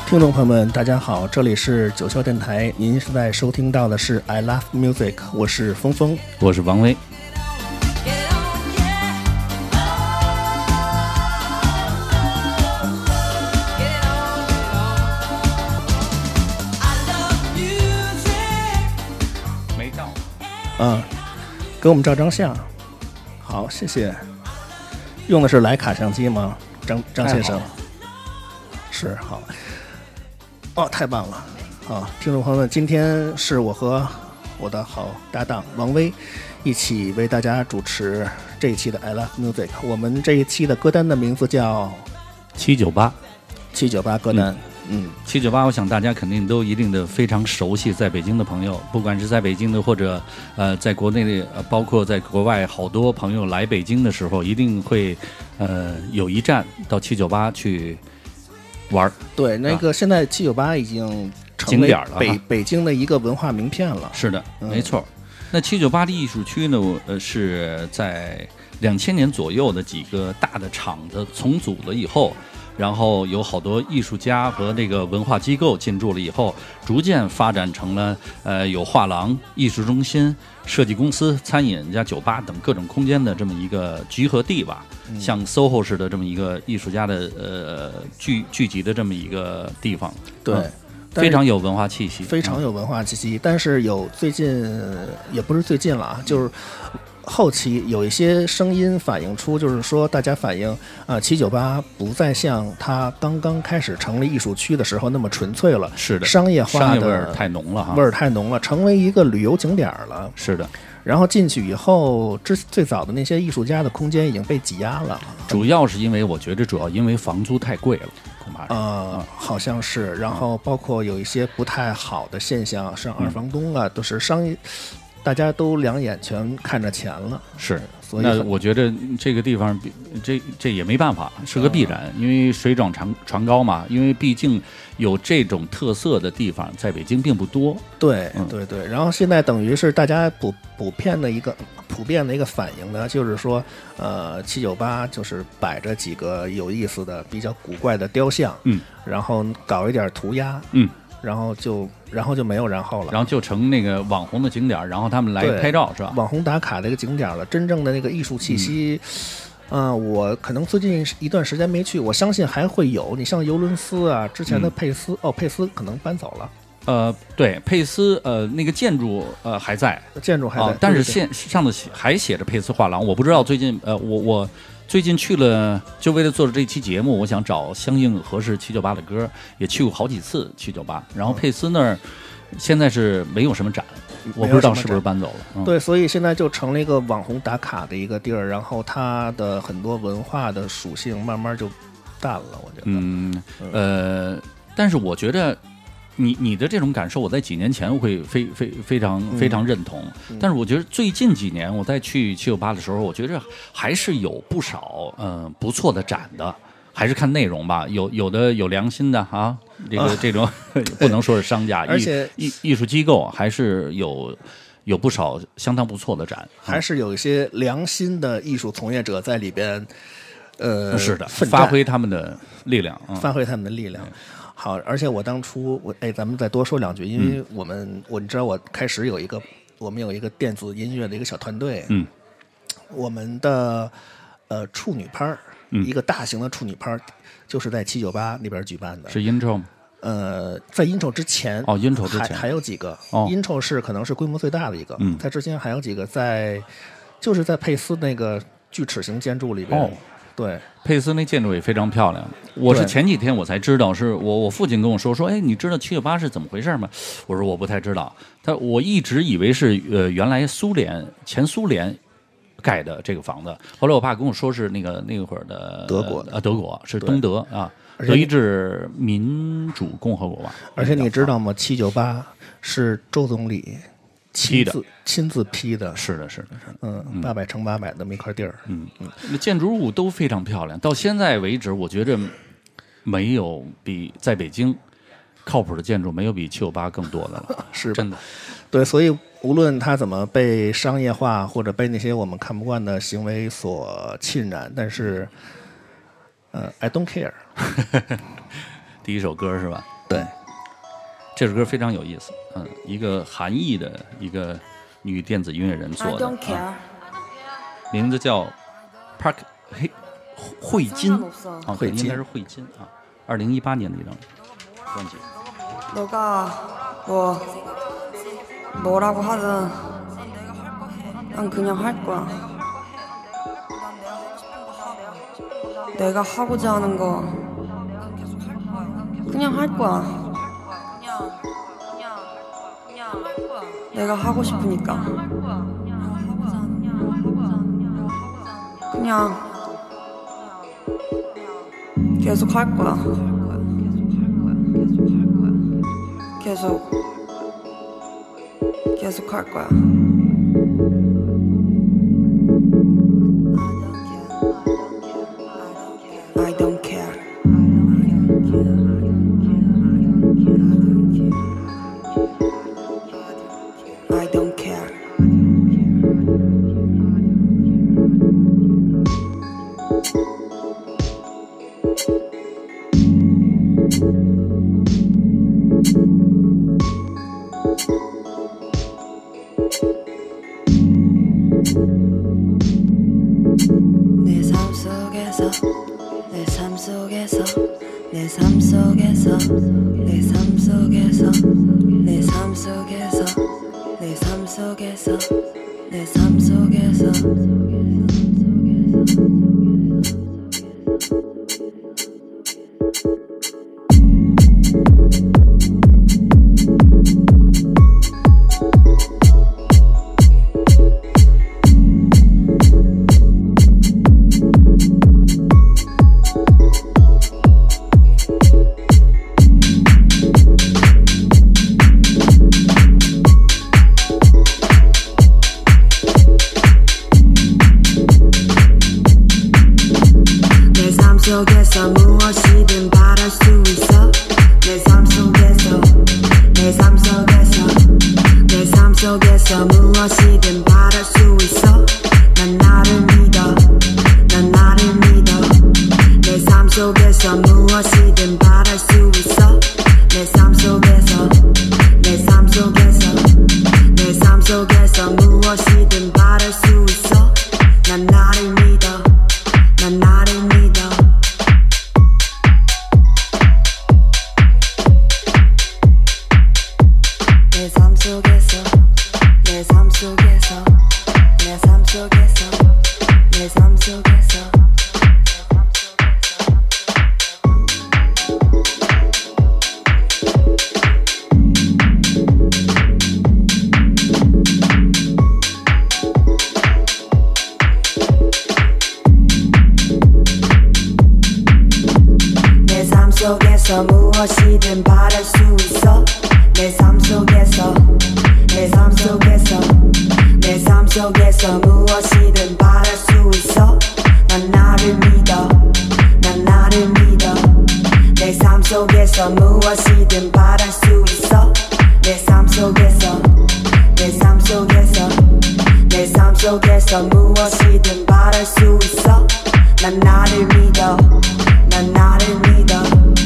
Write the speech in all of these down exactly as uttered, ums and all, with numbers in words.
听众朋友们，大家好，这里是九霄电台，您现在收听到的是 I Love Music， 我是峰峰， 我是王威。没照嗯，给我们照张相，好，谢谢。用的是徕卡相机吗？张张先生，是好。哦，太棒了！好，听众朋友们，今天是我和我的好搭档王威一起为大家主持这一期的 I Love Music。我们这一期的歌单的名字叫七九八， 七九八歌单。 嗯，七九八，我想大家肯定都一定的非常熟悉，在北京的朋友，不管是在北京的或者呃在国内的，呃包括在国外，好多朋友来北京的时候，一定会呃有一站到七九八去玩。 对，那个现在七九八已经成为北北京的一个文化名片了。 是的，没错。那七九八的艺术区呢，呃，是在两千年左右的几个大的厂子重组了以后，然后有好多艺术家和那个文化机构进驻了以后，逐渐发展成了呃有画廊、艺术中心、设计公司、餐饮加酒吧等各种空间的这么一个集合地吧。嗯、像 S O H O 式的这么一个艺术家的呃聚聚集的这么一个地方， 对， 嗯、非常有文化气息， 非常有文化气息。嗯、但是有最近也不是最近了啊，就是后期有一些声音反映出，就是说大家反映啊，七九八不再像它刚刚开始成立艺术区的时候那么纯粹了， 是的， 商业化的商业味儿太浓了哈， 味儿太浓了，成为一个旅游景点了。 是的。 然后进去以后，之最早的那些艺术家的空间已经被挤压了。 主要是因为我觉得，主要因为房租太贵了，恐怕是。 呃，嗯、好像是。然后包括有一些不太好的现象，像二房东啊，嗯、都是商业，大家都两眼全看着钱了。 是。 所以那我觉得这个地方，这这也没办法，是个必然，嗯、因为水涨船船高嘛。因为毕竟有这种特色的地方，在北京并不多。 对， 嗯、 对对。然后现在等于是大家普普遍的一个普遍的一个反应呢，就是说，呃，七九八就是摆着几个有意思的、比较古怪的雕像， 嗯， 然后搞一点涂鸦， 嗯。 然后就，然后就没有然后了， 然后就成那个网红的景点，然后他们来拍照是吧？ 网红打卡的一个景点了，真正的那个艺术气息，嗯、呃，我可能最近一段时间没去，我相信还会有。你像尤伦斯啊，之前的佩斯，嗯、哦，佩斯可能搬走了。 呃，对，佩斯，呃，那个建筑呃还在， 建筑还在， 啊、但是现上头还写着佩斯画廊，我不知道最近，呃，我我。最近去了，就为了做这期节目，我想找相应合适七九八的歌，也去过好几次七九八。然后佩斯那儿现在是没有什么展，我不知道是不是搬走了。嗯、 对，所以现在就成了一个网红打卡的一个地儿，然后它的很多文化的属性慢慢就淡了，我觉得。 嗯，呃，但是我觉得。你你的这种感受，我在几年前我会非非非常非常认同，嗯、但是我觉得最近几年我在去七九八的时候，我觉得还是有不少嗯、呃、不错的展的，还是看内容吧，有有的有良心的啊，这个、啊、这种不能说是商家， 而且艺艺术机构还是有有不少相当不错的展， 还是有一些良心的艺术从业者在里边，呃， 是的，发挥他们的力量， 嗯、发挥他们的力量。好，而且我当初我哎，咱们再多说两句，因为我们、嗯、我你知道我开始有一个我们有一个电子音乐的一个小团队， 嗯， 我们的呃处女趴、嗯、一个大型的处女趴，就是在七九八那边举办的， 是 intro 吗？ 呃，在 intro 之前哦 intro 之前还还有几个、 哦、 intro 是可能是规模最大的一个， 嗯， 在之前还有几个在就是在佩斯那个锯齿形建筑里边。 哦， 对， 佩斯那建筑也非常漂亮。我是前几天我才知道，是我我父亲跟我说说，哎，你知道七九八是怎么回事吗？我说我不太知道。他我一直以为是呃原来苏联前苏联盖的这个房子，后来我爸跟我说是那个那会儿的德国的啊，德国是东德啊，德意志民主共和国吧。 而且你知道吗？七九八是周总理。 批的， 亲自批的， 是的，是的，是的， 嗯，八百乘八百的那么一块地儿， 嗯嗯，那建筑物都非常漂亮。到现在为止，我觉着没有比在北京靠谱的建筑没有比七九八更多的了， 是真的。 对，所以无论它怎么被商业化，或者被那些我们看不惯的行为所浸染，但是，呃 ，I don't care 。 第一首歌是吧？ 对， 这首歌非常有意思，嗯，一个韩裔的一个女电子音乐人做的，啊、名字叫 Park 嘿慧金啊， 慧金应该是慧金啊，二零一八年的一张专辑。 너가 뭐 뭐라고 하든 난 그냥 할 거야. 내가 하고자 하는 거 그냥 할 거야. 내가 하고 싶으니까 그냥 계속 할 거야. 계속 계속 할 거야. I don't care. I don't care. 내 삶 속에서 내 삶 속에서 내 삶 속에서 내 삶 속에서 내 삶 속에서 내 삶 속에서 내 삶 속에서 속에서 무엇이든 바랄 수 있어 내 삶 속에서 내 삶 속에서 내 삶 속에서 무엇이든 바랄 수 있어 난 나를 믿어 난 나를 믿어 내 삶 속에서 무엇이든 바랄 수 있어 내 삶 속에서 내 삶 속에서 내 삶 속에서 무엇이든 바랄 수 있어 난 나를 믿어 난 나를 믿어 내 삶 속에서 내 삶 속에서 내 삶 속에서 내 삶 속에서 내 삶 속에서 무엇이든 바랄 수 있어 내 삶 속에서 내 삶 속에서 내 삶 속에서 무엇이든 바랄 수 있어 난 나를 믿어 난 나를 믿어 내 삶 속에서 무엇이든 바랄 수 있어 내 삶 속에서 내 삶 속에서 내 삶 속에서 무엇이든 바랄 수 있어 난 나를 믿어 난 나를 믿어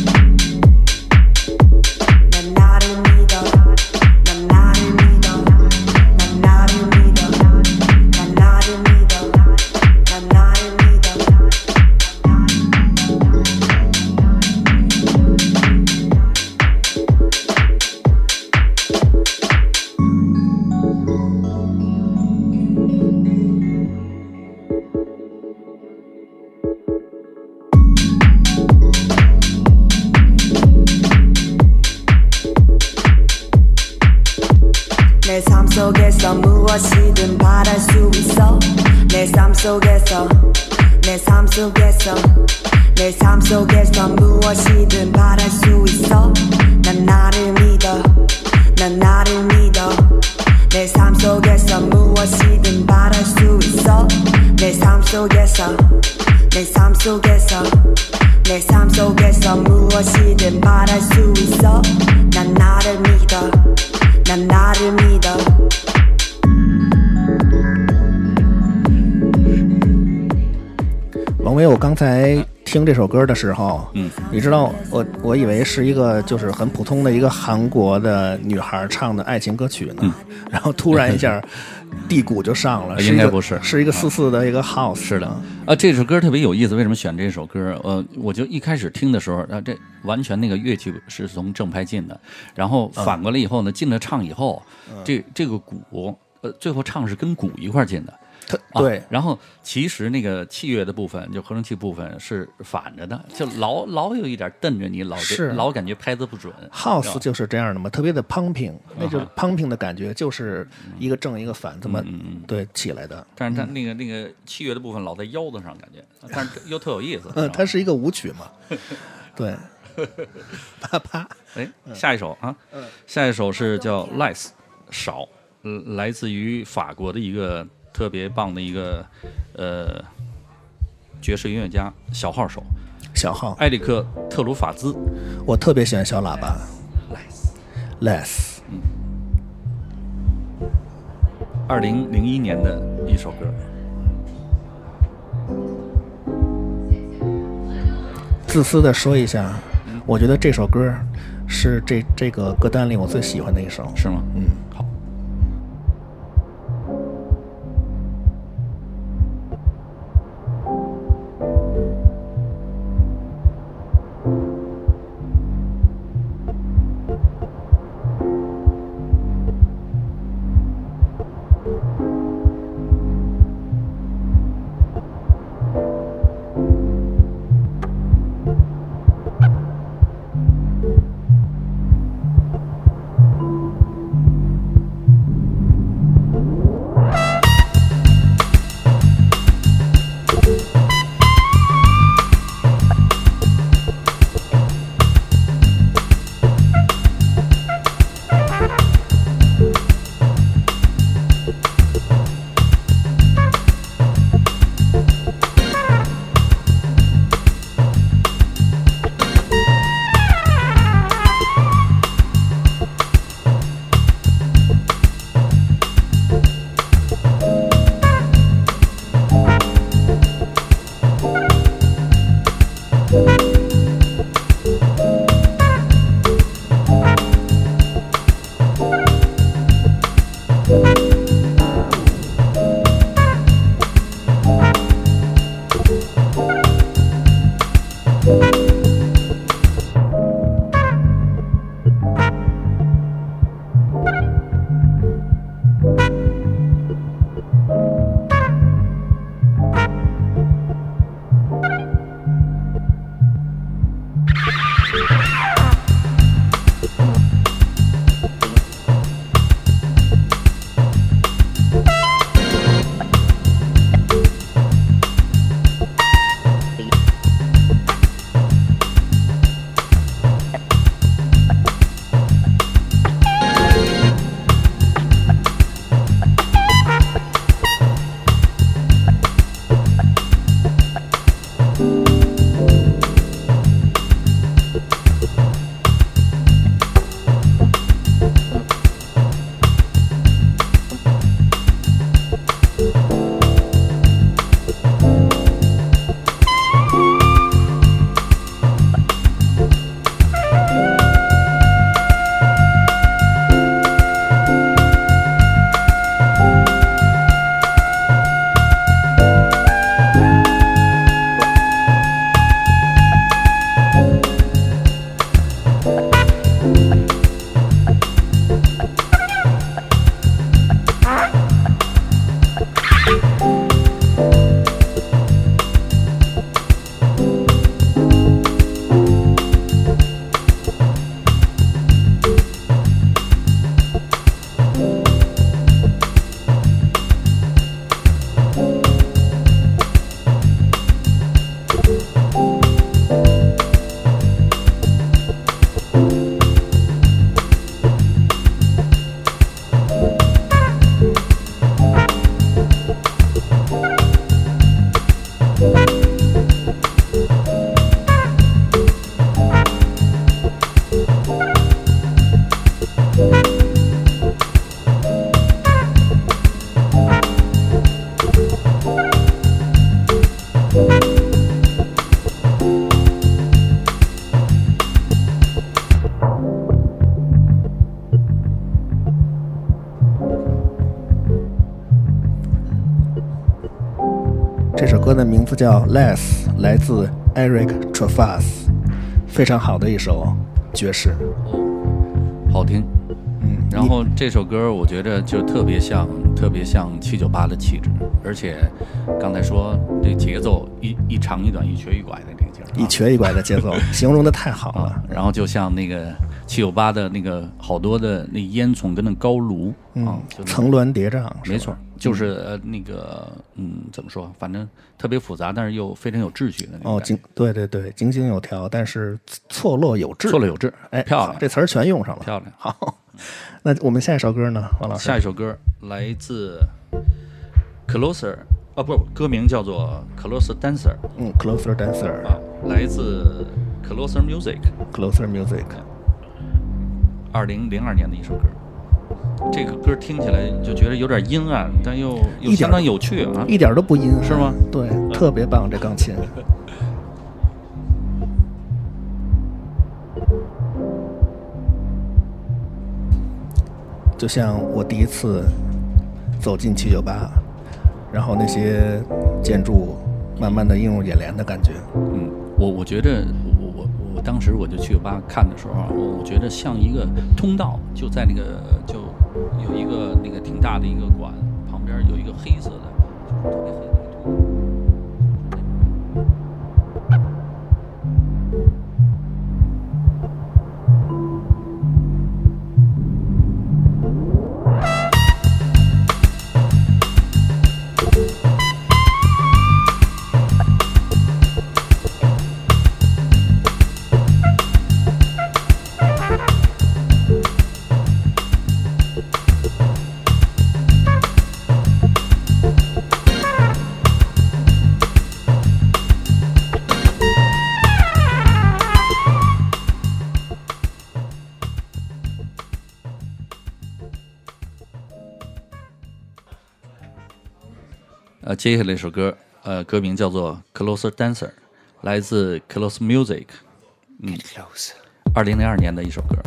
난 나를 믿어 난 나를 믿어 난 나를 믿어 난 나를 믿어 난 나를 믿어 내 삶 속에서 무엇이든 바랄 수 있어 내 삶 속에서 내 삶 속에서 내 삶 속에서 무엇이든 바랄 수 있어 난 나를 믿어 난 나를 믿어 내 삶 속에서 무엇이든 바랄 수 있어 내 삶 속에서 내 삶 속에서 내 삶 속에서 무엇이든 바랄 수 있어 난 나를 믿어 난 나를 믿어 王维，我刚才听这首歌的时候， 嗯， 你知道我我以为是一个就是很普通的一个韩国的女孩唱的爱情歌曲呢， 嗯、 然后突然一下地鼓就上了， 应该不是， 是一个四四的一个 house。 是的，啊，这首歌特别有意思，为什么选这首歌？呃，我就一开始听的时候，啊，这完全那个乐器是从正拍进的，然后反过来以后呢，进了唱以后， 嗯、 这这个鼓，呃，最后唱是跟鼓一块进的。 对、 啊，然后其实那个器乐的部分，就合成器部分是反着的，就老老有一点瞪着你，老老感觉拍子不准。 House 就是这样的嘛，特别的 pumping， 那就 pumping 的感觉就是一个正一个反这么、 嗯嗯、 对起来的。 但是它那个、嗯、那个器乐的部分老在腰子上感觉，但是又特有意思。 嗯，它是一个舞曲嘛。对，啪啪。 哎，下一首啊， 嗯、 下一首是叫 Less 少，呃，来自于法国的一个。特别棒的一个呃爵士音乐家，小号手， 小号埃里克特鲁法兹。 我特别喜欢小喇叭 ，less less。 嗯，二零零一年的一首歌。 自私的说一下，嗯、我觉得这首歌是这这个歌单里我最喜欢的一首。 是吗？ 嗯， 好。 这首歌的名字叫 Less， 来自 Eric Truffaz， 非常好的一首爵士， 好听。 嗯， 然后这首歌我觉得就特别像特别像七九八的气质，而且刚才说这节奏一一长一短一瘸一拐的这个劲儿， 一瘸一拐的节奏形容的太好了、 啊。然后就像那个七九八的那个好多的那烟囱跟那高炉、 嗯、 啊， 层峦叠嶂， 没错，就是呃那个嗯怎么说，反正特别复杂，但是又非常有秩序的那种。 哦，井对对对，井井有条，但是错落有致， 错落有致， 哎， 漂亮， 这词儿全用上了， 漂亮。 好，那我们下一首歌呢，王老师？ 下一首歌来自 Closer， 啊不，歌名叫做 Closer Dancer， 嗯 ，Closer Dancer， 啊，来自 Closer Music，Closer Music， 二零零二年的一首歌。这个歌听起来就觉得有点阴暗，但又又相当有趣啊， 一点都不阴暗， 是吗？ 对，特别棒，这钢琴。就像我第一次走进七九八，然后那些建筑慢慢的映入眼帘的感觉。 嗯，我我觉得我我我当时我就去吧看的时候，我我觉得像一个通道，就在那个就有一个那个挺大的一个馆旁边有一个黑色的，就是特别黑的一个通道。呃，接下来一首歌，呃，歌名叫做《Closer Dancer》，来自 Close Music， 嗯，二零零二年的一首歌。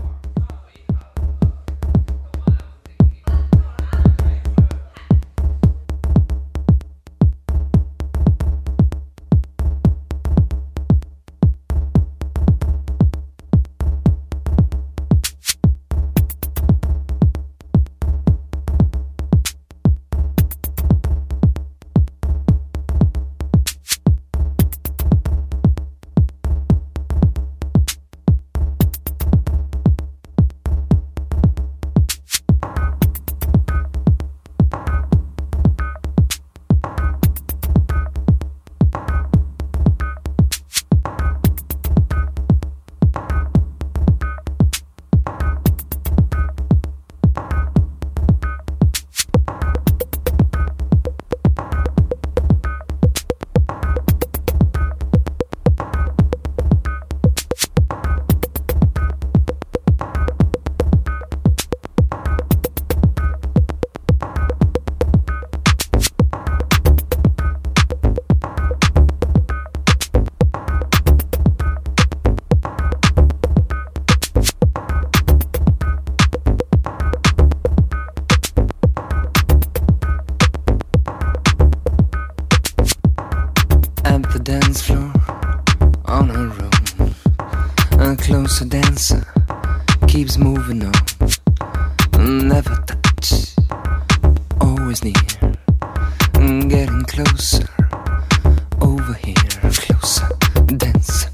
dance floor on her own. A closer dancer keeps moving on. Never touch, always near. Getting closer, over here. Closer, dance.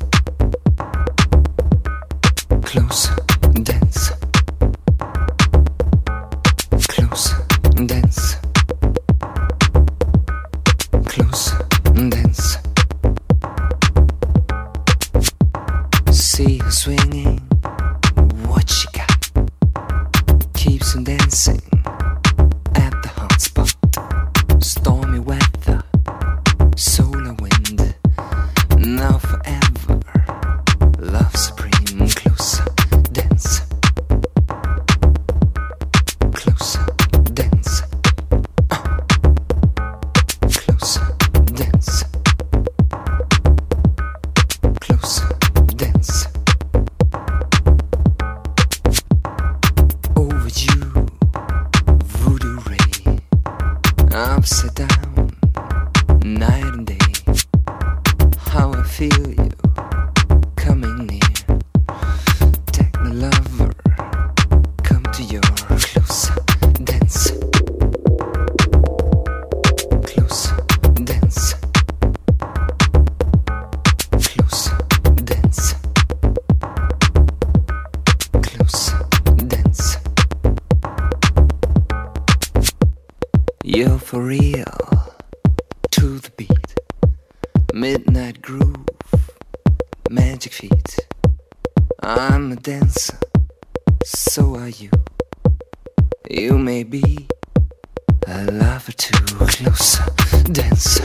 Closer, dance. Closer, dance. Closer, dance. See her swinging, what she got? Keeps on dancing at the hot spot. Stormy weather, solar wind. Now forever, love supreme. Closer, dance. Closer, dance. Uh. Closer, dance. Closer, dance. Over you, voodoo ray. Upside down, night and day. You're for real. To the beat. Midnight groove. Magic feet. I'm a dancer. So are you. You may be a lover too. Closer, dancer.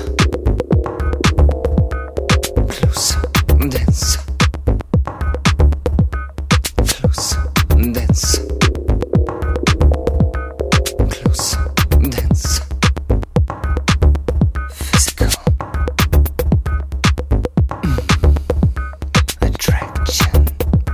Closer, dancer. Closer, dancer. Closer, dancer. Physical. Mm. Attraction.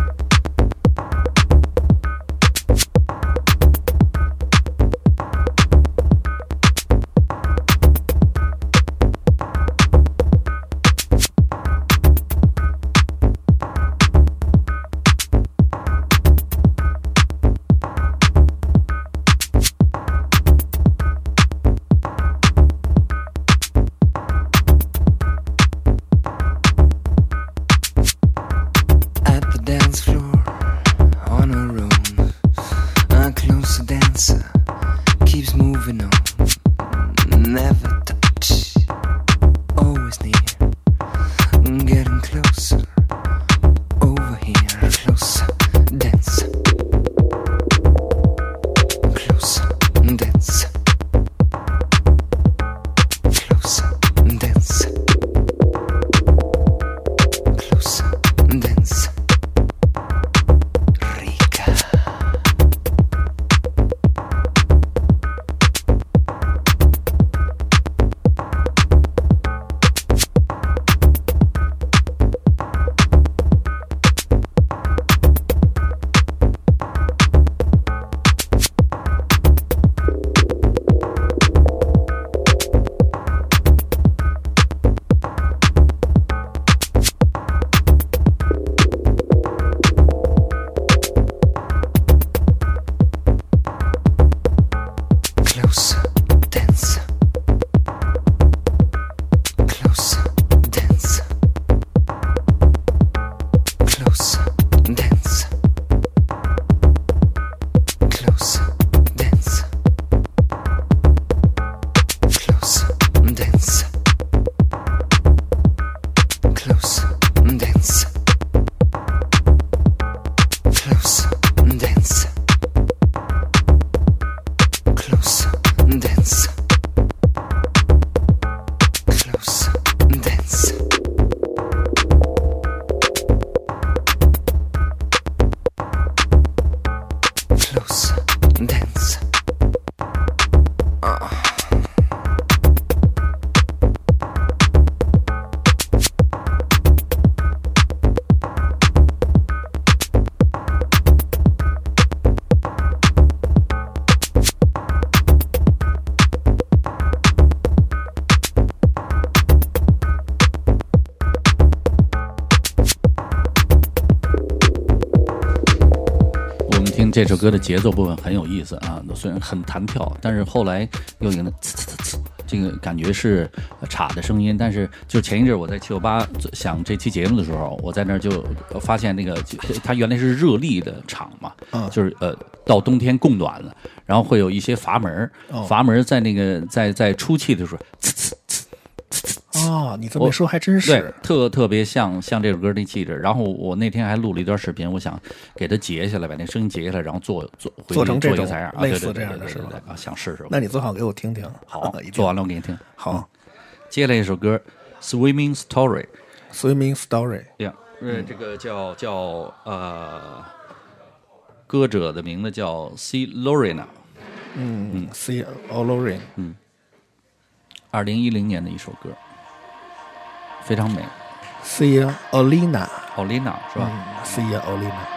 这首歌的节奏部分很有意思啊，虽然很弹跳，但是后来又有那呲呲呲，这个感觉是镲的声音。但是就前一阵我在七九八想这期节目的时候，我在那儿就发现那个它原来是热力的厂嘛，嗯、就是呃到冬天供暖了，然后会有一些阀门，哦、阀门在那个在在出气的时候，呲呲呲。 哦，你这么一说还真是， 对，特特别像像这首歌那气质。然后我那天还录了一段视频，我想给它截下来，把那声音截下来，然后做做做成这种采样， 类似这样的是吧？ 啊，想试试。 那你最好给我听听。 好，做完了我给你听。 好， 嗯、接下来一首歌《Swimming Story》。 Swimming Story， 对呀，嗯，这个叫叫呃，歌者的名字叫 C. Lorena。 嗯嗯 ，C. Lorena。 嗯。二零一零年的一首歌，非常美。 Sia Olina， Olina 是吧？ 嗯 ，Sia Olina。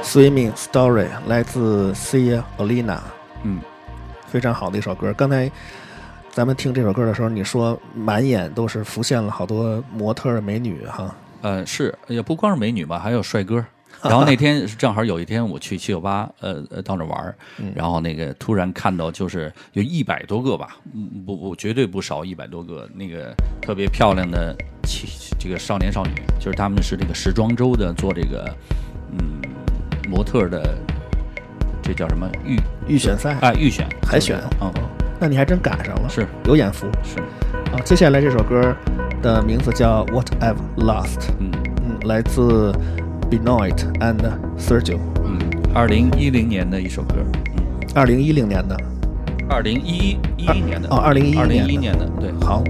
Swimming Story 来自 Sia Olina， 嗯， 非常好的一首歌。刚才咱们听这首歌的时候，你说满眼都是浮现了好多模特美女哈。 呃，是也不光是美女吧，还有帅哥。然后那天正好有一天我去七九八，呃呃到那玩，然后那个突然看到就是有一百多个吧，不不绝对不少，一百多个那个特别漂亮的这个少年少女，就是他们是这个时装周的做这个嗯模特的，这叫什么预预选赛啊预选海选， 嗯， 那你还真赶上了， 是有眼福是。 啊，接下来这首歌的名字叫 What I've Lost， 嗯嗯，来自 Benoit and Sergio， 嗯，二零一零年的一首歌，嗯， 二零一零年的， 二零一一一一年的哦，二零一一二零一一年年的，对， 好。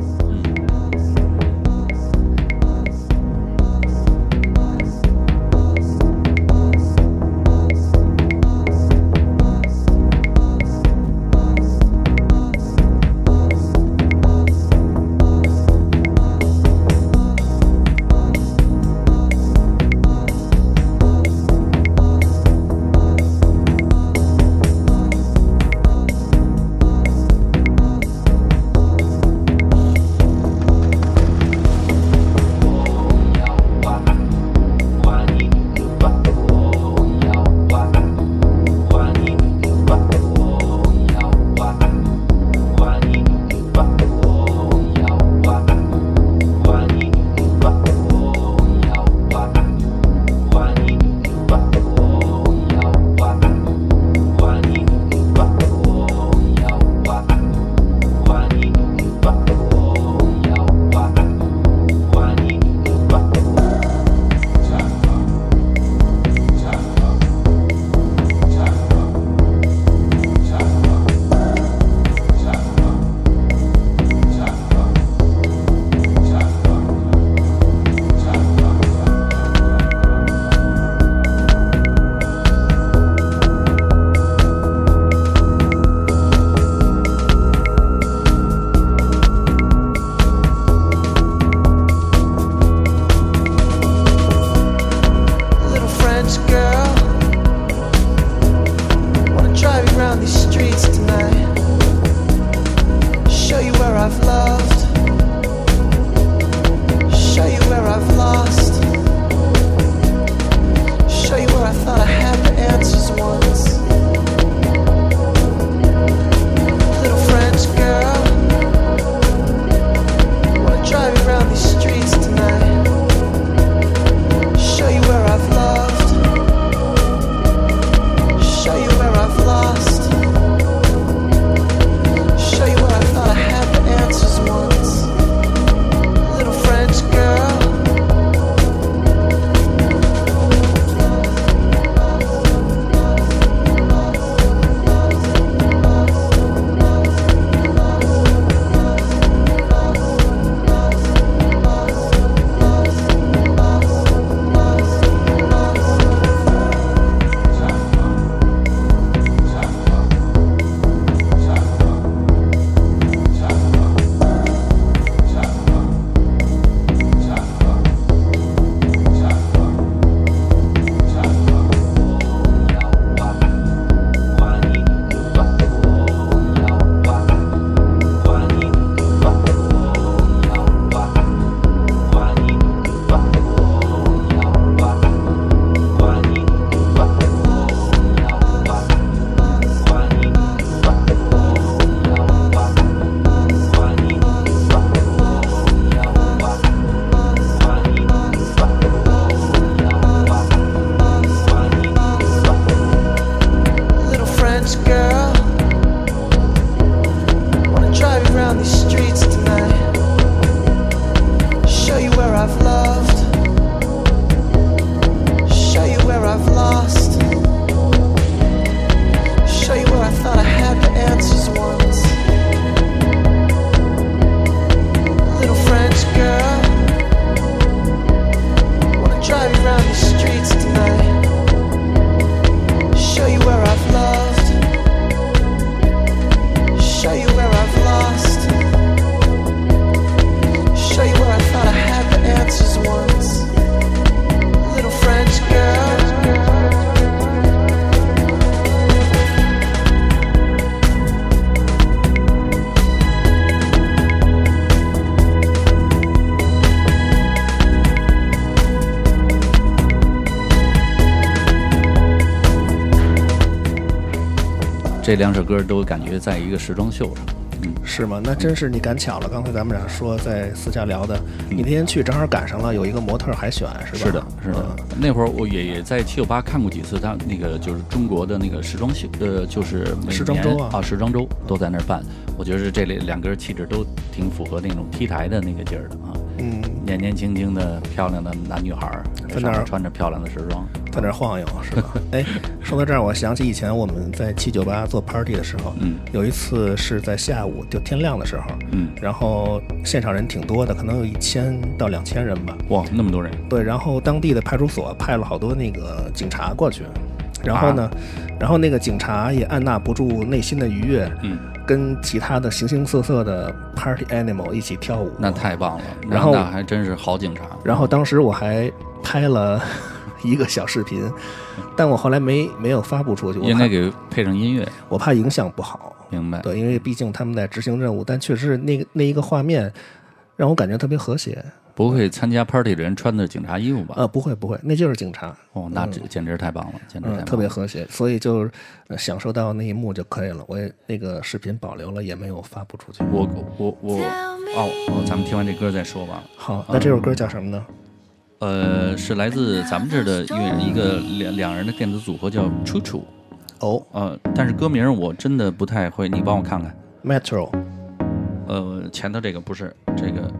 这两首歌都感觉在一个时装秀上。嗯， 是吗？那真是你赶巧了。刚才咱们俩说在私下聊的，你那天去正好赶上了有一个模特海选，是吧？ 是的，是的。嗯、那会儿我也也在七九八看过几次，他那个就是中国的那个时装秀，呃，就是时装周啊， 啊，时装周都在那儿办。我觉得这两个人气质都挺符合那种 T 台的那个劲儿的啊。 嗯， 年年轻轻的漂亮的男女孩，在那儿穿着漂亮的时装， 在那儿晃悠，是吧？哎，说到这儿，我想起以前我们在七九八做 party 的时候， 嗯， 有一次是在下午就天亮的时候， 嗯， 然后现场人挺多的，可能有一千到两千人吧。 哇，那么多人！ 对，然后当地的派出所派了好多那个警察过去，然后呢，啊、然后那个警察也按捺不住内心的愉悦， 嗯。 跟其他的形形色色的 party animal 一起跳舞， 那太棒了。 然后那还真是好警察。 然后当时我还拍了一个小视频，但我后来没没有发布出去， 应该给配上音乐， 我怕影响不好。 明白？ 对，因为毕竟他们在执行任务，但确实那个那一个画面让我感觉特别和谐。 不会参加 party 的人穿的警察衣服吧？ 呃，不会不会，那就是警察。 哦，那这简直太棒了，嗯、简直太棒了、 嗯，特别和谐，所以就、呃、享受到那一幕就可以了。我也那个视频保留了，也没有发布出去。 我我我哦哦，咱们听完这歌再说吧。 好，那这首歌叫什么呢？ 嗯、呃，是来自咱们这儿的一个一个两两人的电子组合叫 Choo Choo。 哦， 呃，但是歌名我真的不太会，你帮我看看。 Metro。 呃，前头这个不是这个。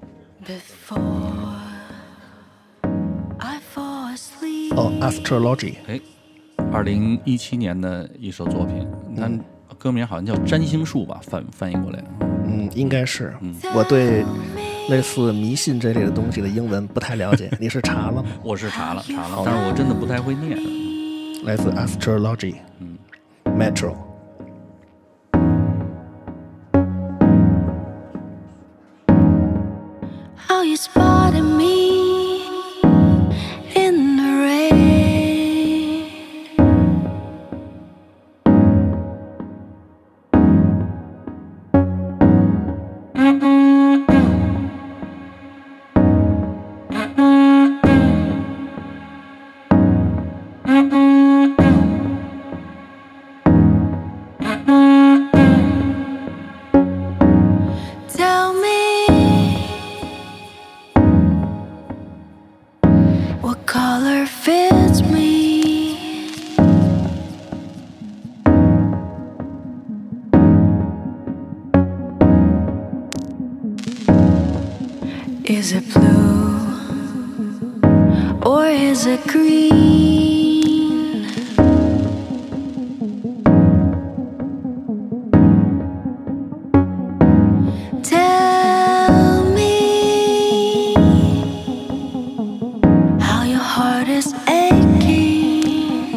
哦 ，Astrology， 哎，二零一七年的一首作品，它、嗯、歌名好像叫《占星术》吧，翻翻译过来。 嗯，应该是。 嗯， 我对类似迷信这类的东西的英文不太了解，你是查了吗？ 我是查了查了，但是我真的不太会念。 来自 Astrology， 嗯 ，Metro。 How you spotted me in the rain? Tell me what color fits me? Is it blue or is it green? Tell me how your heart is aching.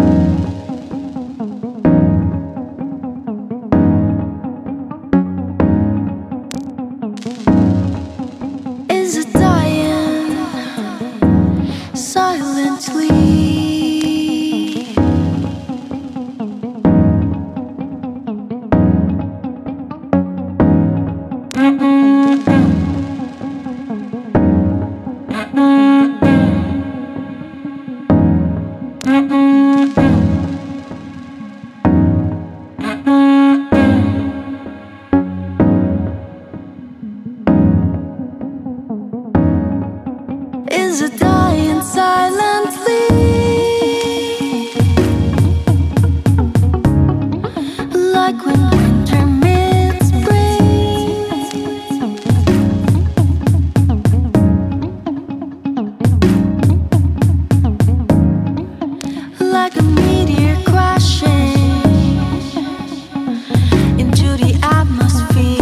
Is it dying silently? Is it dying silently? Like when winter meets spring. Like a meteor crashing into the atmosphere.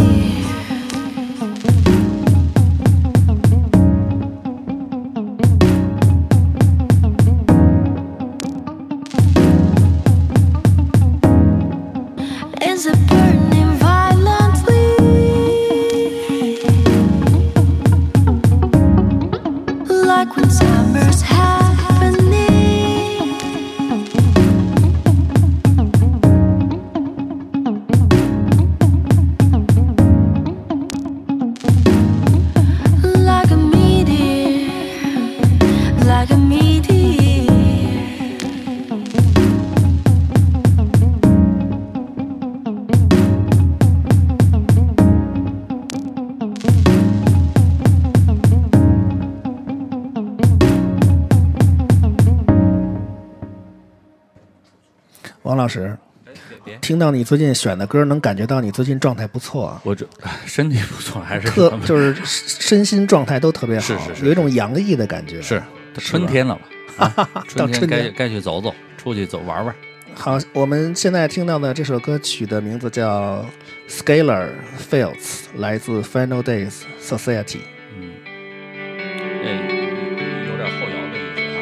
Is it burning violently? Like when summer's happening. Like a meteor, like a meteor. 王老师，听到你最近选的歌，能感觉到你最近状态不错啊。 我这身体不错，还是特就是身心状态都特别好， 是是是有一种洋溢的感觉。 是春天了吧？啊、春到春天该该去走走，出去走玩玩。 好，我们现在听到的这首歌曲的名字叫 Scalar Fields， 来自 Final Days Society。 嗯，哎，有点后摇的意思啊。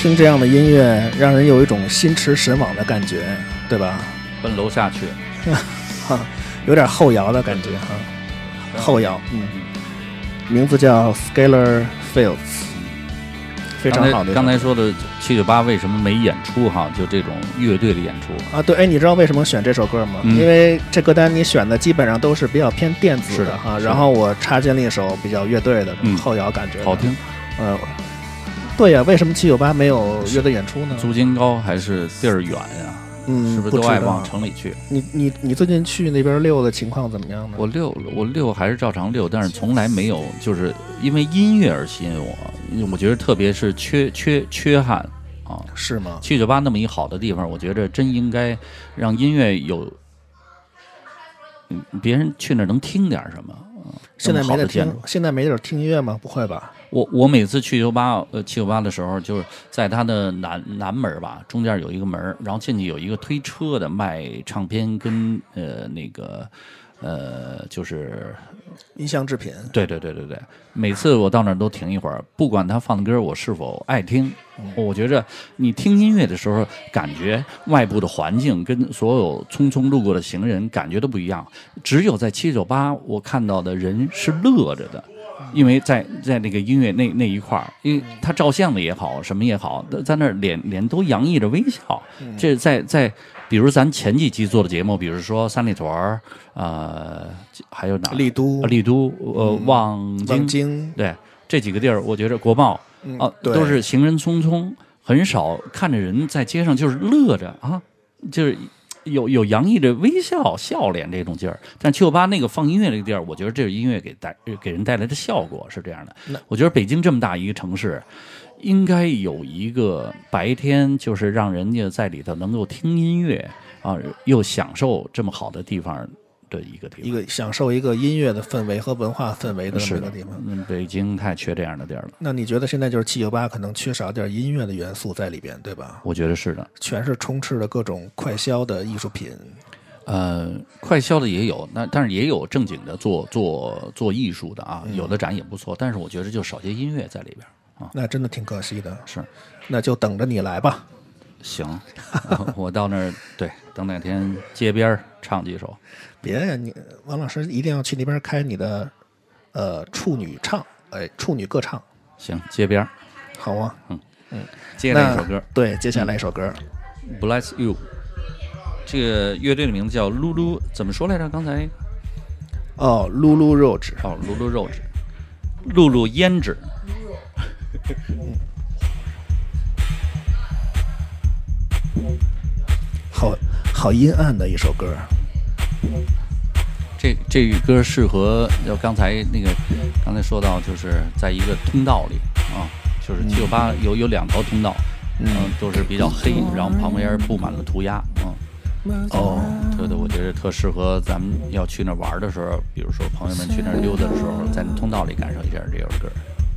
听这样的音乐，让人有一种心驰神往的感觉，对吧？ 奔楼下去， 哈，有点后摇的感觉哈，后摇，嗯，名字叫 Scalar Fields， 非常好的。 刚才说的七九八为什么没演出哈？就这种乐队的演出啊，对，哎，你知道为什么选这首歌吗？ 嗯、 因为这歌单你选的基本上都是比较偏电子的哈，然后我插进了一首比较乐队的、 嗯、 后摇感觉， 好听。 呃，对呀、啊，为什么七九八没有乐队演出呢？ 租金高还是地儿远呀？ 嗯， 是不是都爱往城里去？ 你你你最近去那边溜的情况怎么样呢？ 我溜我溜还是照常溜，但是从来没有就是因为音乐而吸引我。我觉得特别是缺缺缺憾啊， 是吗？ 七九八那么一好的地方，我觉得真应该让音乐有，嗯，别人去那能听点什么。 现在没得听，现在没地儿听音乐吗？不会吧？ 我我每次去七九八呃七九八的时候，就是在它的南南门吧，中间有一个门，然后进去有一个推车的卖唱片跟呃那个呃就是音像制品。 对对对对对，每次我到那儿都停一会儿，不管他放的歌我是否爱听， 嗯、 我觉着你听音乐的时候，感觉外部的环境跟所有匆匆路过的行人感觉都不一样。只有在七九八，我看到的人是乐着的。因为在在那个音乐那那一块儿，因为他照相的也好，什么也好，在那儿脸脸都洋溢着微笑。嗯、这在在，比如咱前几期做的节目，比如说三里屯儿，呃，还有哪？ 丽都， 丽都，呃， 嗯、 望京， 望京， 对这几个地儿，我觉着国贸啊、 嗯呃，都是行人匆匆，很少看着人在街上就是乐着啊，就是。有有洋溢着微笑笑脸这种劲儿，但七九八那个放音乐那个地儿，我觉得这是音乐给带给人带来的效果是这样的。我觉得北京这么大一个城市，应该有一个白天就是让人家在里头能够听音乐啊，又享受这么好的地方的一个地方， 一个享受一个音乐的氛围和文化氛围的这么一个地方。 嗯，北京太缺这样的地儿了。 那你觉得现在就是七九八可能缺少点音乐的元素在里边，对吧？ 我觉得是的， 全是充斥了各种快消的艺术品。 呃，快消的也有，那但是也有正经的做做做艺术的啊，有的展也不错。但是我觉得就少些音乐在里边啊， 那真的挺可惜的。 是， 那就等着你来吧。 行，我到那儿对，等哪天街边唱几首。 别呀，你王老师一定要去那边开你的呃处女唱，哎，处女歌唱。 行，街边好啊， 嗯嗯，接下来一首歌， 对，接下来一首歌、 嗯、，Bless You。这个乐队的名字叫露露，怎么说来着？刚才哦，露露肉质， 哦，露露肉质，露露胭脂。 好好阴暗的一首歌。 这这个歌适合，就刚才那个刚才说到，就是在一个通道里啊，就是七九八有有两条通道，嗯、呃，都是比较黑，然后旁边布满了涂鸦，嗯， 哦， 特的，我觉得特适合咱们要去那玩的时候，比如说朋友们去那溜达的时候，在那通道里感受一下这首歌。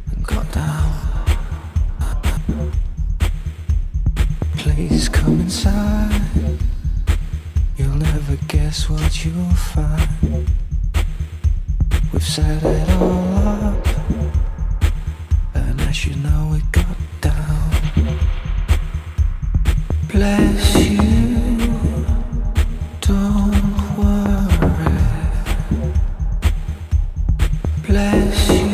Please come inside. You'll never guess what you'll find. We've set it all up, and as you know, we got down. Bless you, don't worry. Bless you.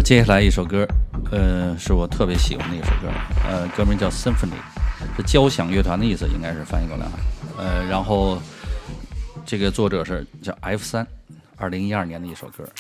接下来一首歌，呃，是我特别喜欢的一首歌，呃，歌名叫 Symphony， 是交响乐团的意思，应该是翻译过来，呃，然后这个作者是叫 F 三，二零一二年的一首歌。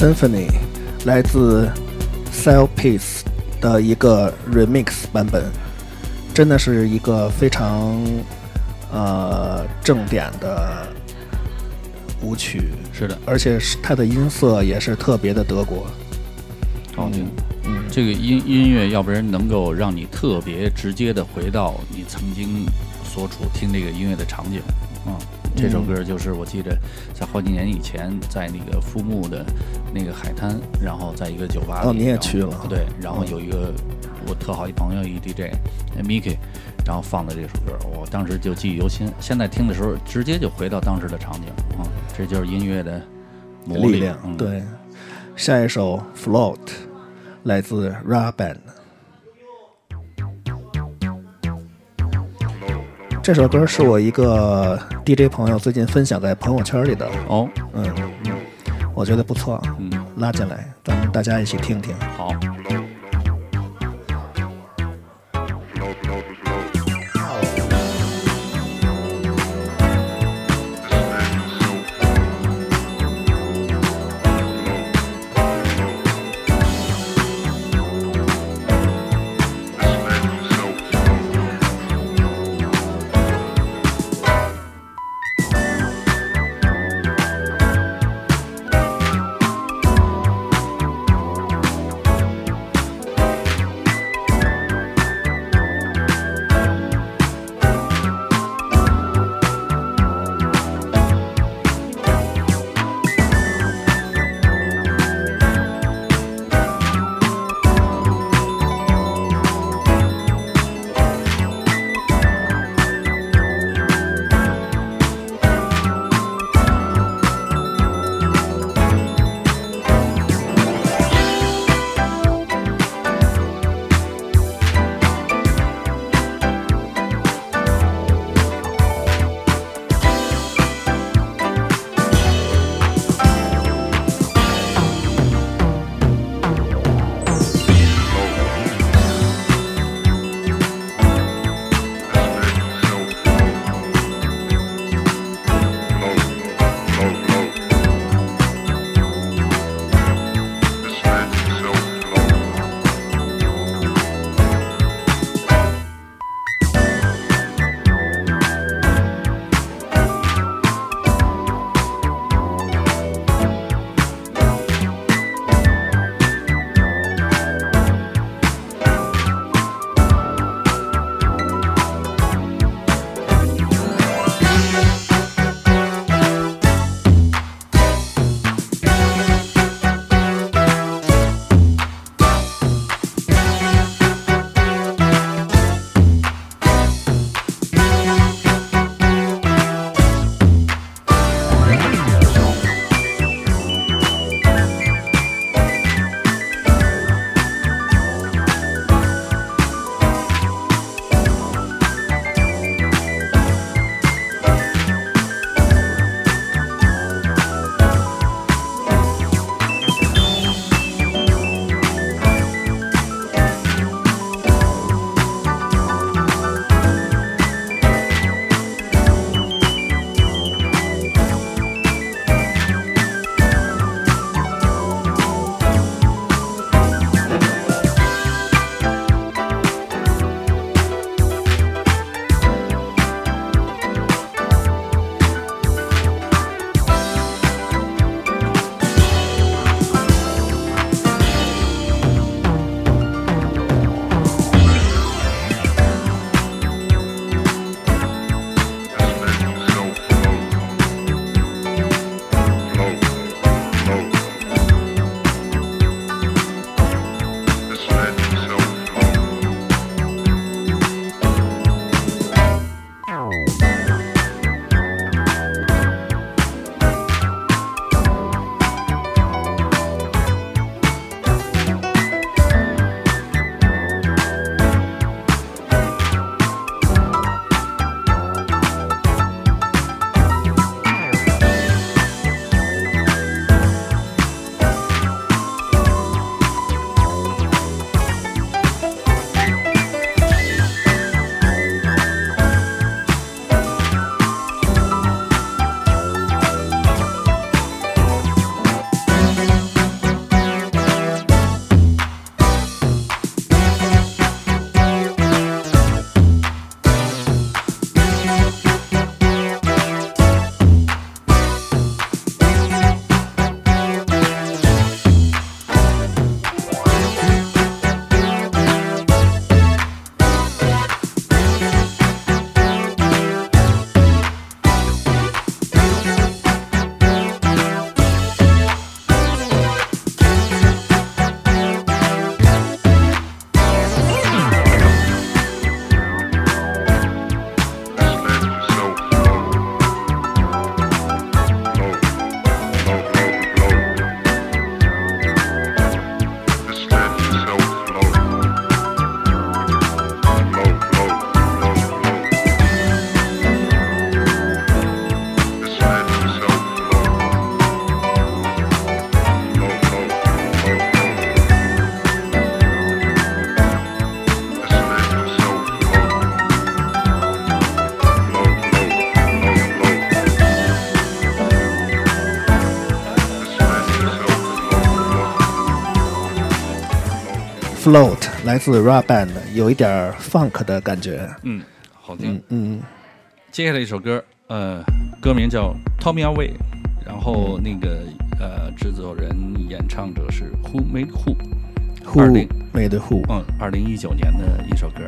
Symphony 来自 Cell Peace 的一个 remix 版本，真的是一个非常呃正点的舞曲， 是的， 而且是它的音色也是特别的德国， 好听。 嗯， 这个音音乐，要不然能够让你特别直接的回到你曾经所处听这个音乐的场景啊。这首歌就是我记得在好几年以前，在那个富木的那个海滩，然后在一个酒吧里， 哦，你也去了？ 对，然后有一个我特好一朋友，一 D J Miki， 然后放的这首歌，我当时就记忆犹新。现在听的时候，直接就回到当时的场景啊，这就是音乐的魔力力量。 嗯、 对，下一首 Float 来自 Ra Band。这首歌是我一个 D J 朋友最近分享在朋友圈里的哦， 嗯，我觉得不错， 嗯， 拉进来，咱们大家一起听听。 好。 Float 来自 Raw Band， 有一点 funk 的感觉。 嗯，好听。 嗯，嗯接下来一首歌，呃，歌名叫 Tommy Away， 然后那个呃制作人、演唱者是 Who Made Who， Who Made Who， 嗯，二零一九年的一首歌。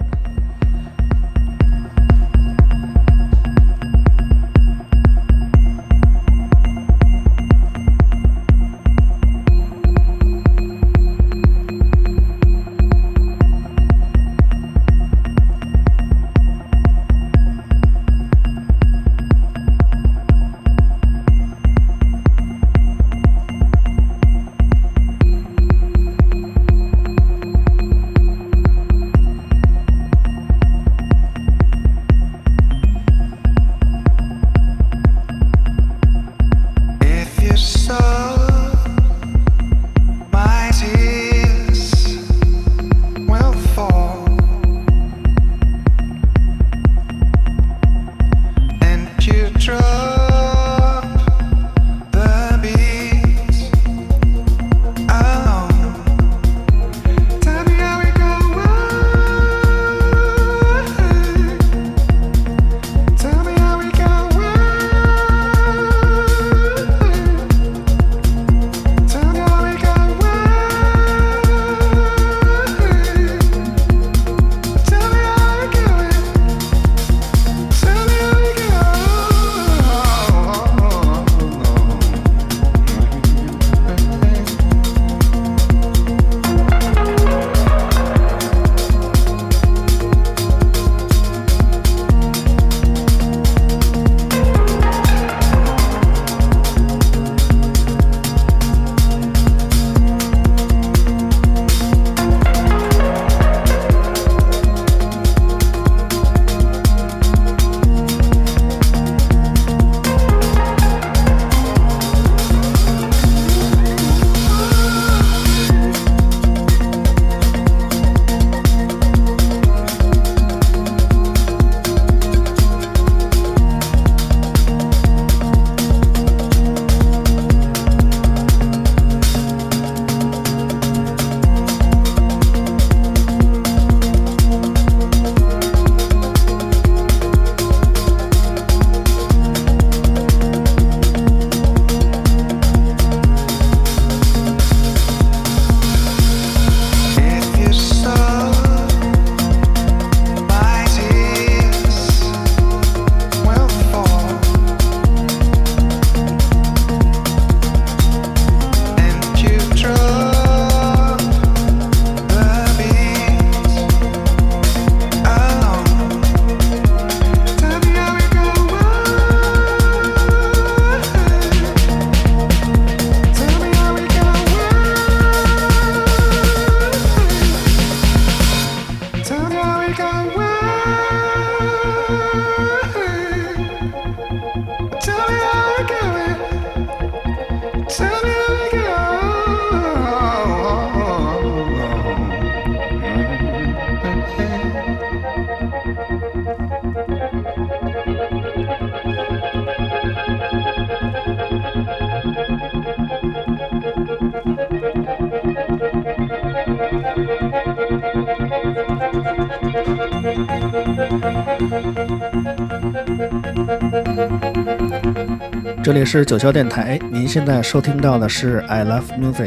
这里是九霄电台，您现在收听到的是 I Love Music。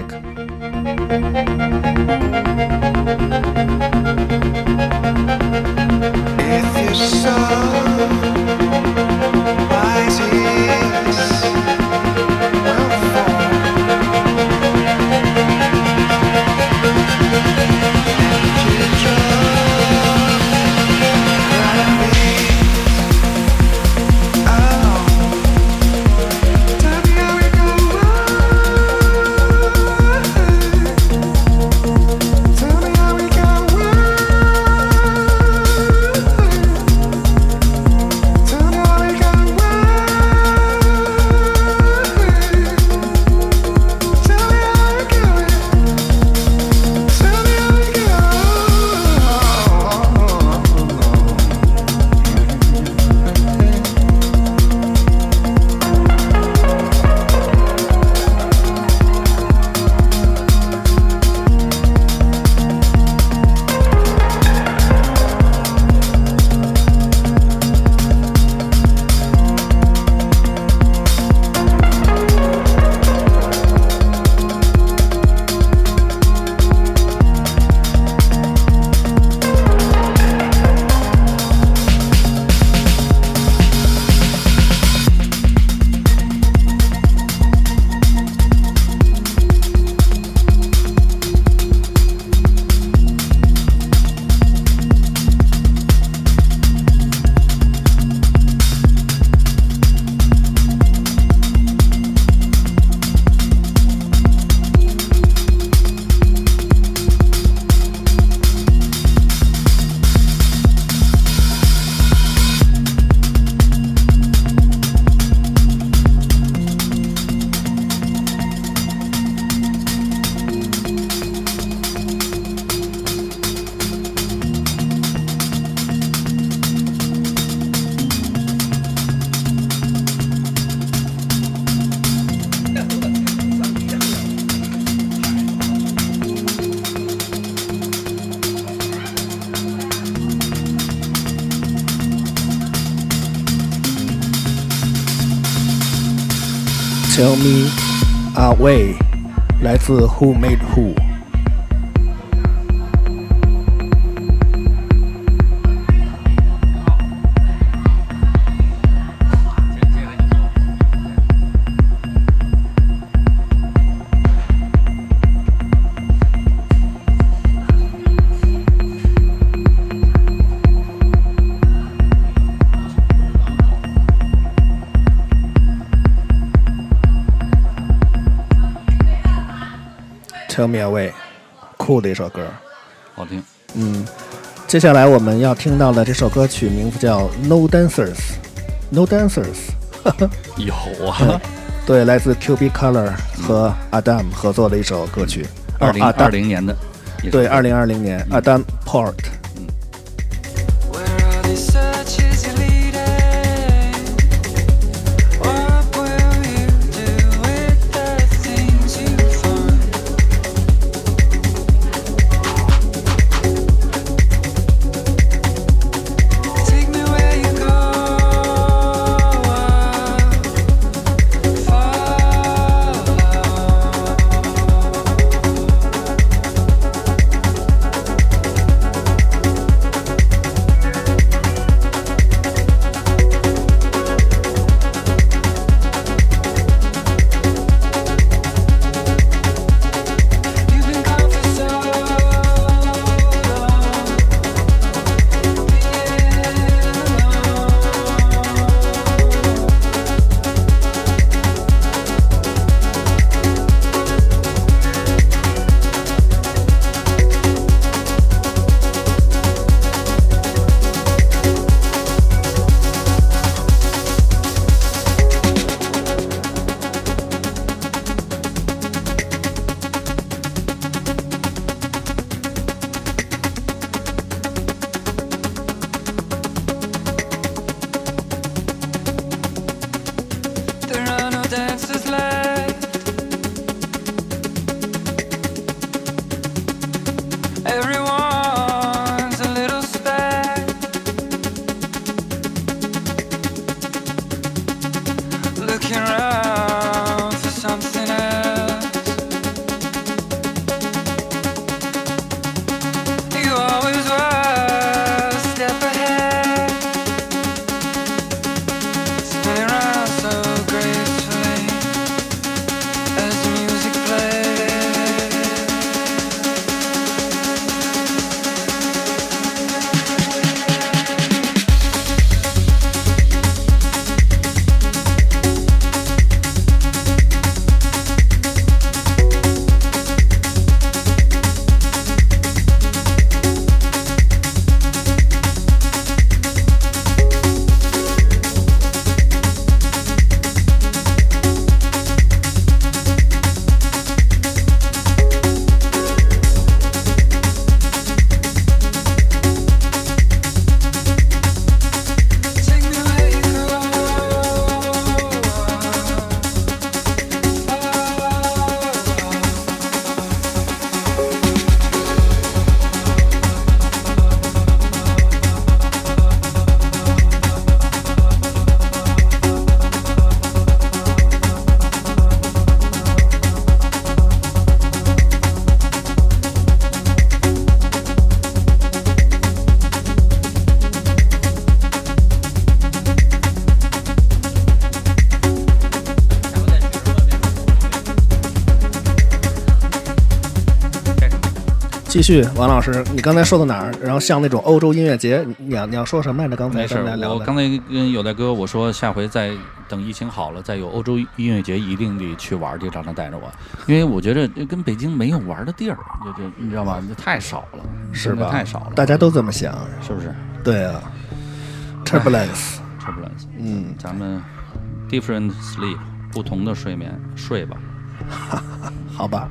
Tell Me Away 来自 Who Made Who。Tell Me Away， 酷的一首歌， 好听。 嗯，接下来我们要听到的这首歌曲名字叫 No Dancers，No Dancers， 有啊， 对，来自 Q B Color 和 Adam 合作的一首歌曲， 二零二零年的， 对，二零二零年 Adam Port。继续，王老师，你刚才说到哪儿？然后像那种欧洲音乐节，你要你要说什么来着？刚才没事，我刚才跟有代哥我说，下回再等疫情好了，再有欧洲音乐节，一定得去玩去，让他带着我，因为我觉得跟北京没有玩的地儿，就就你知道吗？太少了， 是吧？ 太少了， 大家都这么想， 是不是？ 对啊 ，Turbulence，Turbulence， 嗯，咱们 different sleep， 不同的睡眠，睡吧， 好吧。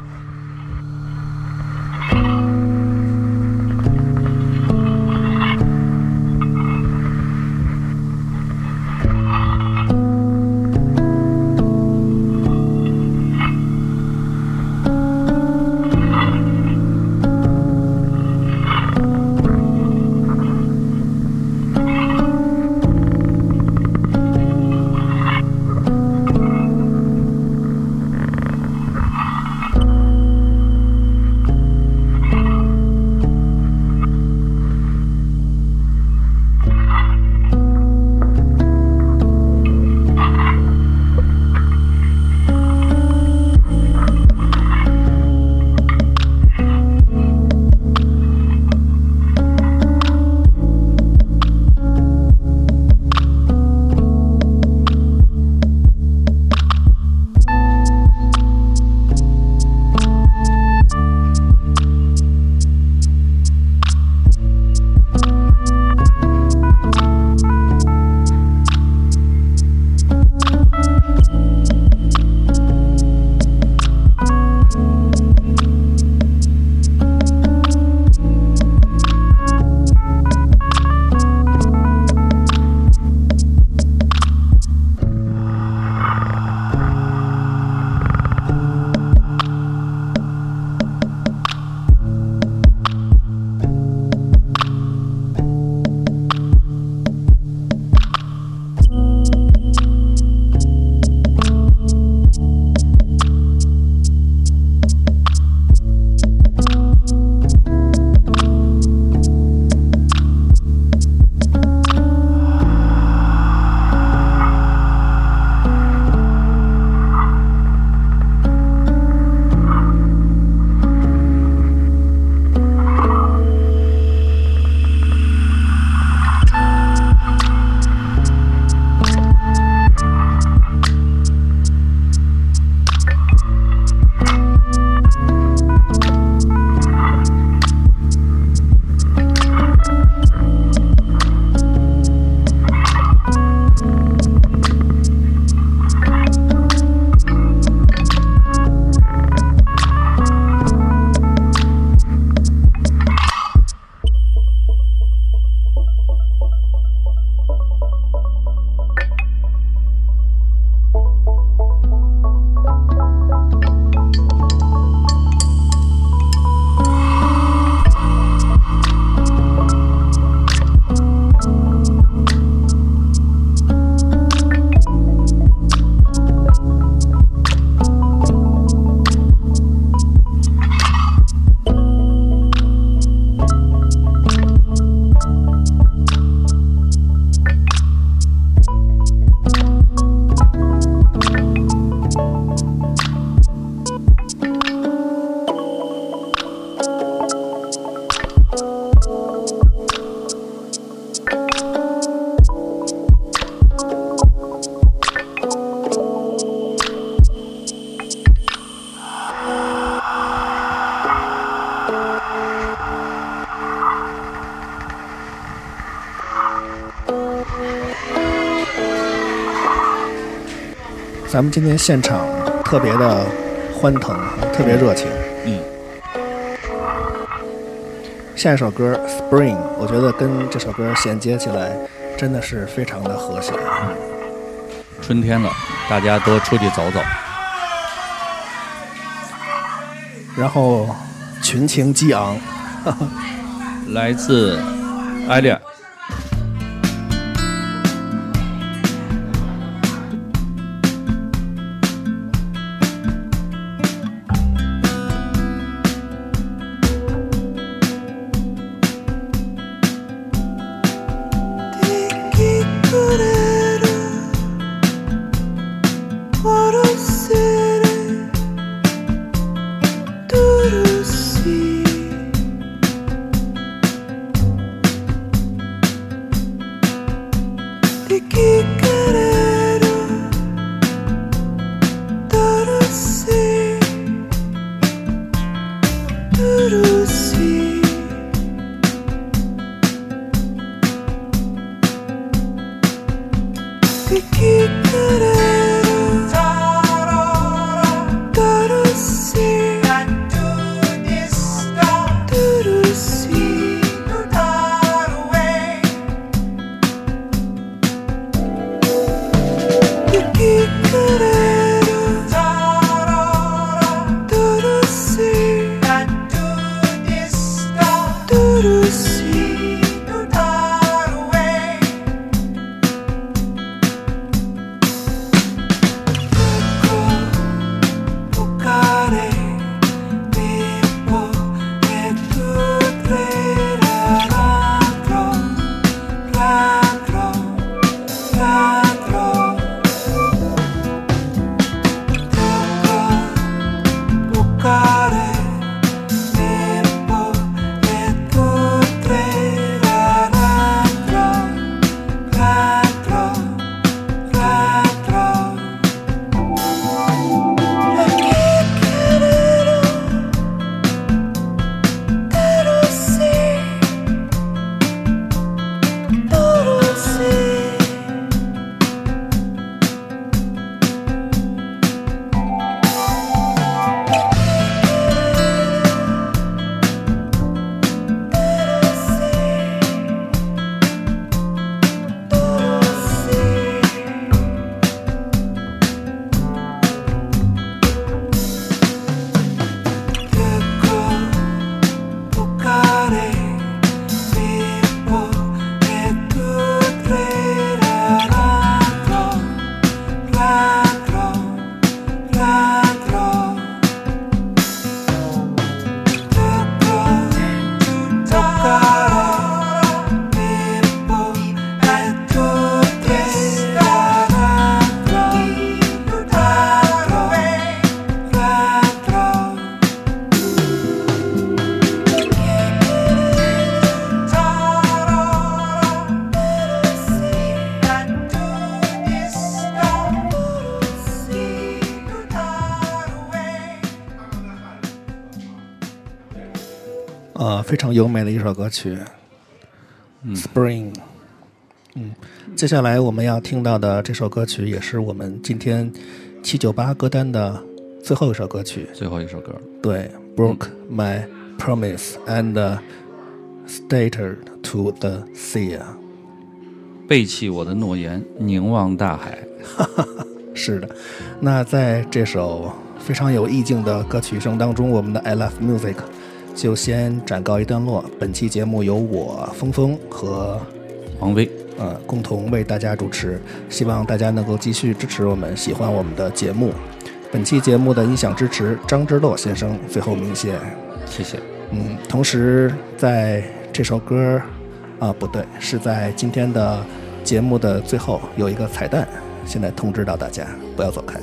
咱们今天现场特别的欢腾，特别热情。 嗯， 下一首歌《Spring》，我觉得跟这首歌衔接起来真的是非常的和谐。 春天了，大家多出去走走。 然后群情激昂， 来自艾丽亚。 呃，非常优美的一首歌曲， 嗯 Spring。嗯，接下来我们要听到的这首歌曲，也是我们今天七九八歌单的最后一首歌曲。 最后一首歌， 对 ，Broke my promise and stayed to the sea。 背弃我的诺言，凝望大海。 是的，那在这首非常有意境的歌曲声当中，我们的 I Love Music 就先展告一段落。本期节目由我峰峰和王威呃共同为大家主持，希望大家能够继续支持我们，喜欢我们的节目。本期节目的音响支持张之洛先生最后鸣谢， 谢谢。 嗯，同时在这首歌啊、呃、不对，是在今天的节目的最后有一个彩蛋，现在通知到大家，不要走开。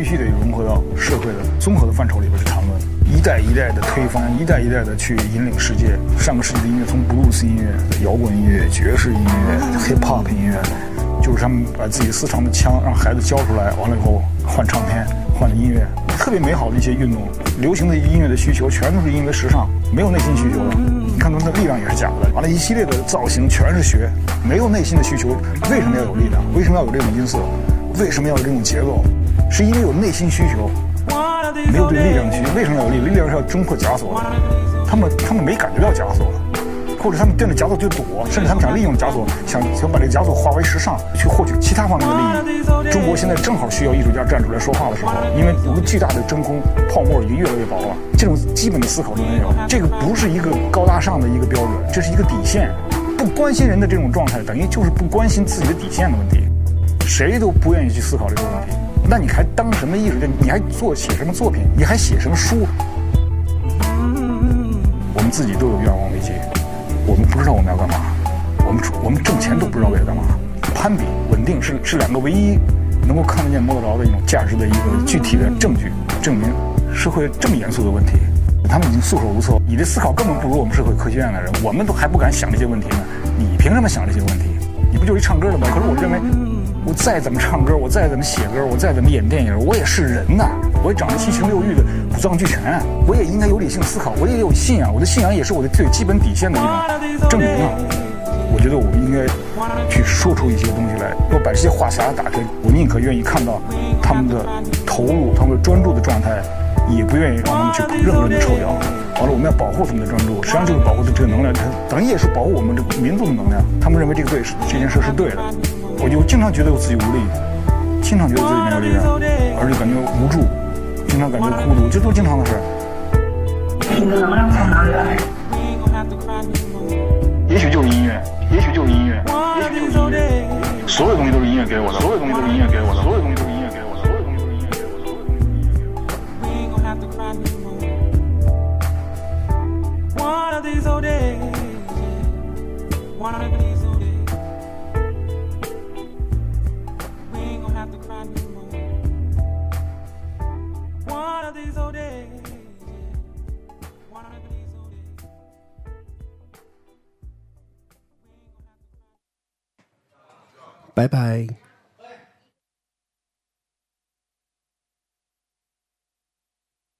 必须得融合到社会的综合的范畴里边去谈论，一代一代的推翻，一代一代的去引领世界。上个世纪的音乐，从布鲁斯音乐、摇滚音乐、爵士音乐、hip hop 音乐，就是他们把自己私藏的枪让孩子教出来，完了以后换唱片、换音乐，特别美好的一些运动。流行的音乐的需求全都是因为时尚，没有内心需求的。你看他们的力量也是假的，完了一系列的造型全是学，没有内心的需求。为什么要有力量？为什么要有这种音色？为什么要有这种节奏？是因为有内心需求，没有对力量的需求。为什么要有力量？力量是要挣破枷锁的。他们他们没感觉到枷锁，或者他们盯着枷锁就躲，甚至他们想利用枷锁，想想把这个枷锁化为时尚，去获取其他方面的利益。中国现在正好需要艺术家站出来说话的时候，因为有个巨大的真空泡沫已经越来越薄了，这种基本的思考都没有。这个不是一个高大上的一个标准，这是一个底线。不关心人的这种状态，等于就是不关心自己的底线的问题。谁都不愿意去思考这个问题，那你还当什么艺术家？你还做写什么作品？你还写什么书？我们自己都有愿望危机，我们不知道我们要干嘛，我们我们挣钱都不知道为了干嘛。攀比、稳定是是两个唯一能够看得见、摸得着的一种价值的一个具体的证据，证明社会这么严肃的问题，他们已经束手无策。你的思考根本不如我们社会科学院的人，我们都还不敢想这些问题呢，你凭什么想这些问题？你不就是一唱歌的吗？可是我认为，我再怎么唱歌，我再怎么写歌，我再怎么演电影，我也是人呐，我也长得七情六欲的五脏俱全，我也应该有理性思考，我也有信仰，我的信仰也是我的最基本底线的一种证明啊。我觉得我们应该去说出一些东西来，要把这些话匣打开。我宁可愿意看到他们的投入，他们的专注的状态，也不愿意让他们去任何人的臭脚。完了，我们要保护他们的专注，实际上就是保护这个能量，它等于也是保护我们这个民族的能量。他们认为这个对，这件事是对的。我就经常觉得我自己无力，经常觉得自己没有力量，而且感觉无助，经常感觉孤独，这都是经常的事。 你的能量从哪里来？ 也许就是音乐，也许就是音乐，也许就是音乐。所有东西都是音乐给我的，所有东西都是音乐给我的，所有东西都是音乐给我的，所有东西都是音乐给我的，所有东西都是音乐给我的。 One of these old days, one of these old days, we ain't gonna have to cry no more. One of these old days, one of these old days. 拜拜。